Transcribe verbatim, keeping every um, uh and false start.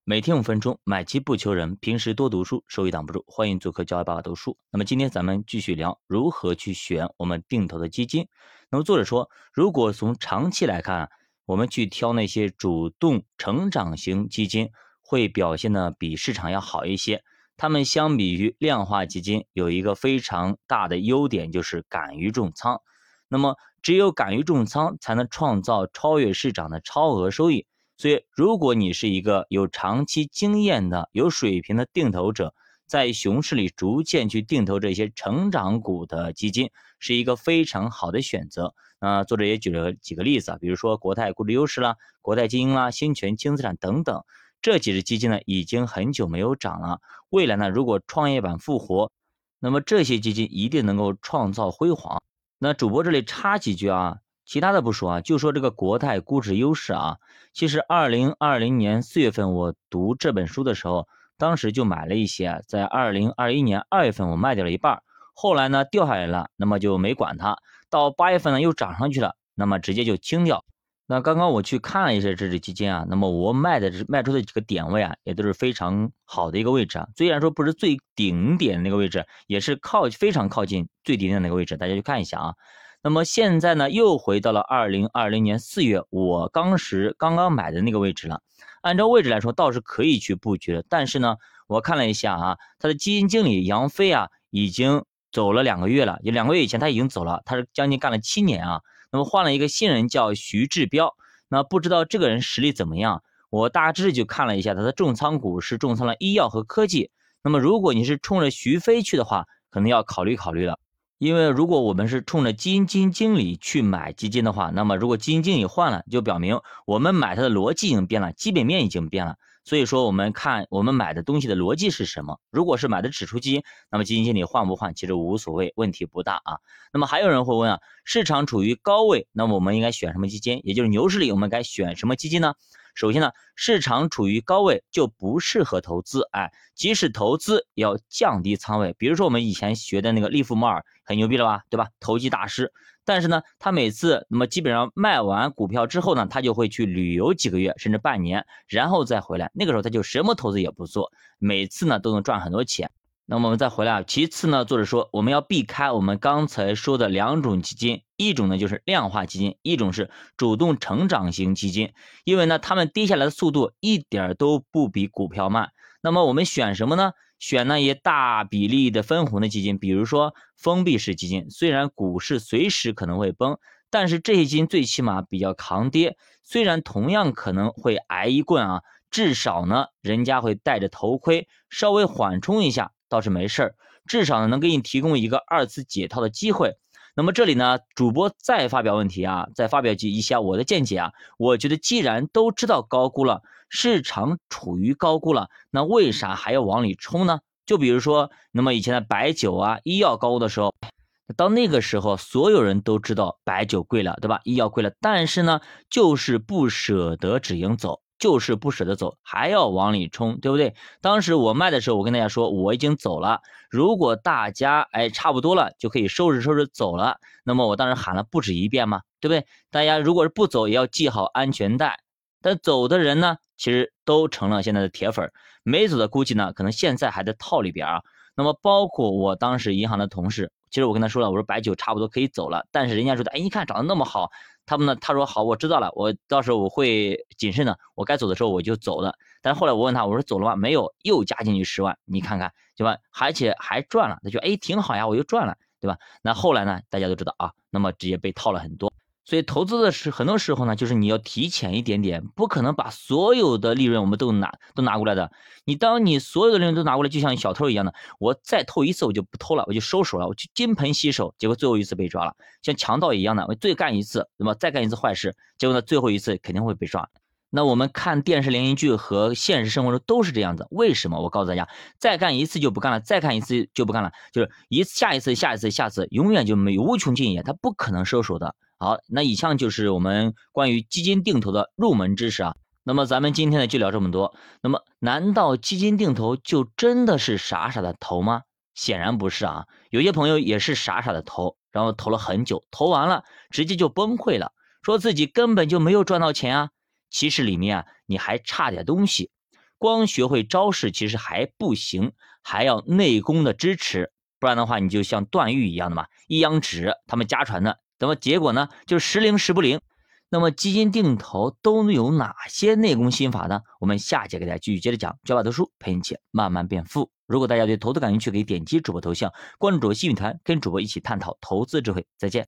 每天五分钟，买基不求人，平时多读书，收益挡不住。欢迎做客教育爸爸读书。那么今天咱们继续聊如何去选我们定投的基金。那么作者说，如果从长期来看，我们去挑那些主动成长型基金，会表现的比市场要好一些。它们相比于量化基金，有一个非常大的优点，就是敢于重仓。那么只有敢于重仓，才能创造超越市场的超额收益。所以，如果你是一个有长期经验的、有水平的定投者，在熊市里逐渐去定投这些成长股的基金，是一个非常好的选择。那、呃、作者也举了几个例子啊，比如说国泰估值优势啦、国泰精英啦、新泉轻资产等等，这几只基金呢已经很久没有涨了。未来呢，如果创业板复活，那么这些基金一定能够创造辉煌。那主播这里插几句啊。其他的不说啊，就说这个国泰估值优势啊，其实二零二零年四月份我读这本书的时候，当时就买了一些，在二零二一年二月份我卖掉了一半，后来呢掉下来了，那么就没管它，到八月份呢又涨上去了，那么直接就清掉。那刚刚我去看了一下这只基金啊，那么我卖的卖出的几个点位啊，也都是非常好的一个位置啊，虽然说不是最顶点的那个位置，也是靠非常靠近最顶点的那个位置，大家去看一下啊。那么现在呢，又回到了二零二零年四月我当时刚刚买的那个位置了。按照位置来说，倒是可以去布局的。但是呢，我看了一下啊，他的基金经理杨飞啊，已经走了两个月了，有两个月以前他已经走了，他是将近干了七年啊。那么换了一个新人叫徐志标，那不知道这个人实力怎么样？我大致就看了一下，他的重仓股是重仓了医药和科技。那么如果你是冲着徐飞去的话，可能要考虑考虑了。因为如果我们是冲着基金基金经理去买基金的话，那么如果基金经理换了，就表明我们买它的逻辑已经变了，基本面已经变了。所以说我们看我们买的东西的逻辑是什么。如果是买的指数基金，那么基金经理换不换其实无所谓，问题不大啊。那么还有人会问啊，市场处于高位，那么我们应该选什么基金？也就是牛市里我们该选什么基金呢？首先呢，市场处于高位就不适合投资，哎，即使投资也要降低仓位。比如说我们以前学的那个利弗莫尔很牛逼了吧，对吧？投机大师。但是呢，他每次那么基本上卖完股票之后呢，他就会去旅游几个月甚至半年，然后再回来。那个时候他就什么投资也不做，每次呢都能赚很多钱。那么我们再回来，其次呢，作者说我们要避开我们刚才说的两种基金，一种呢就是量化基金，一种是主动成长型基金，因为呢它们跌下来的速度一点都不比股票慢。那么我们选什么呢？选那些大比例的分红的基金，比如说封闭式基金，虽然股市随时可能会崩，但是这些基金最起码比较抗跌，虽然同样可能会挨一棍啊，至少呢人家会戴着头盔稍微缓冲一下，倒是没事儿，至少呢能给你提供一个二次解套的机会。那么这里呢，主播再发表问题啊，再发表一下我的见解啊。我觉得既然都知道高估了，市场处于高估了，那为啥还要往里冲呢？就比如说，那么以前的白酒啊、医药高估的时候，到那个时候，所有人都知道白酒贵了，对吧？医药贵了，但是呢，就是不舍得止盈走。就是不舍得走，还要往里冲，对不对？当时我卖的时候，我跟大家说我已经走了，如果大家哎差不多了，就可以收拾收拾走了。那么我当时喊了不止一遍嘛，对不对？大家如果是不走，也要系好安全带。但走的人呢，其实都成了现在的铁粉，没走的估计呢，可能现在还在套里边啊。那么包括我当时银行的同事，其实我跟他说了，我说白酒差不多可以走了，但是人家说的，哎，你看涨得那么好。他们呢？他说好，我知道了，我到时候我会谨慎的，我该走的时候我就走了。但是后来我问他，我说走了吗？没有，又加进去十万，你看看，对吧？而且还赚了，他就哎挺好呀，我又赚了，对吧？那后来呢？大家都知道啊，那么直接被套了很多。所以投资的是很多时候呢，就是你要提前一点点，不可能把所有的利润我们都拿都拿过来的。你当你所有的利润都拿过来，就像小偷一样的，我再偷一次我就不偷了，我就收手了，我就金盆洗手。结果最后一次被抓了，像强盗一样的，我再干一次，那么再干一次坏事，结果呢最后一次肯定会被抓。那我们看电视连续剧和现实生活中都是这样子，为什么？我告诉大家，再干一次就不干了，再干一次就不干了，就是一次下一次下一次下次，永远就没有无穷尽也，他不可能收手的。好，那以上就是我们关于基金定投的入门知识啊。那么咱们今天呢就聊这么多。那么难道基金定投就真的是傻傻的投吗？显然不是啊，有些朋友也是傻傻的投，然后投了很久，投完了直接就崩溃了，说自己根本就没有赚到钱啊。其实里面啊你还差点东西。 光学会招式其实还不行，还要内功的支持，不然的话你就像段誉一样的嘛，一阳指他们家传的，那么结果呢就时灵时不灵。那么基金定投都有哪些内功心法呢？我们下节给大家继续接着讲，教把读书陪你一起慢慢变富。如果大家对投资感兴趣，可以点击主播头像关注主播西米团，跟主播一起探讨投资智慧。再见。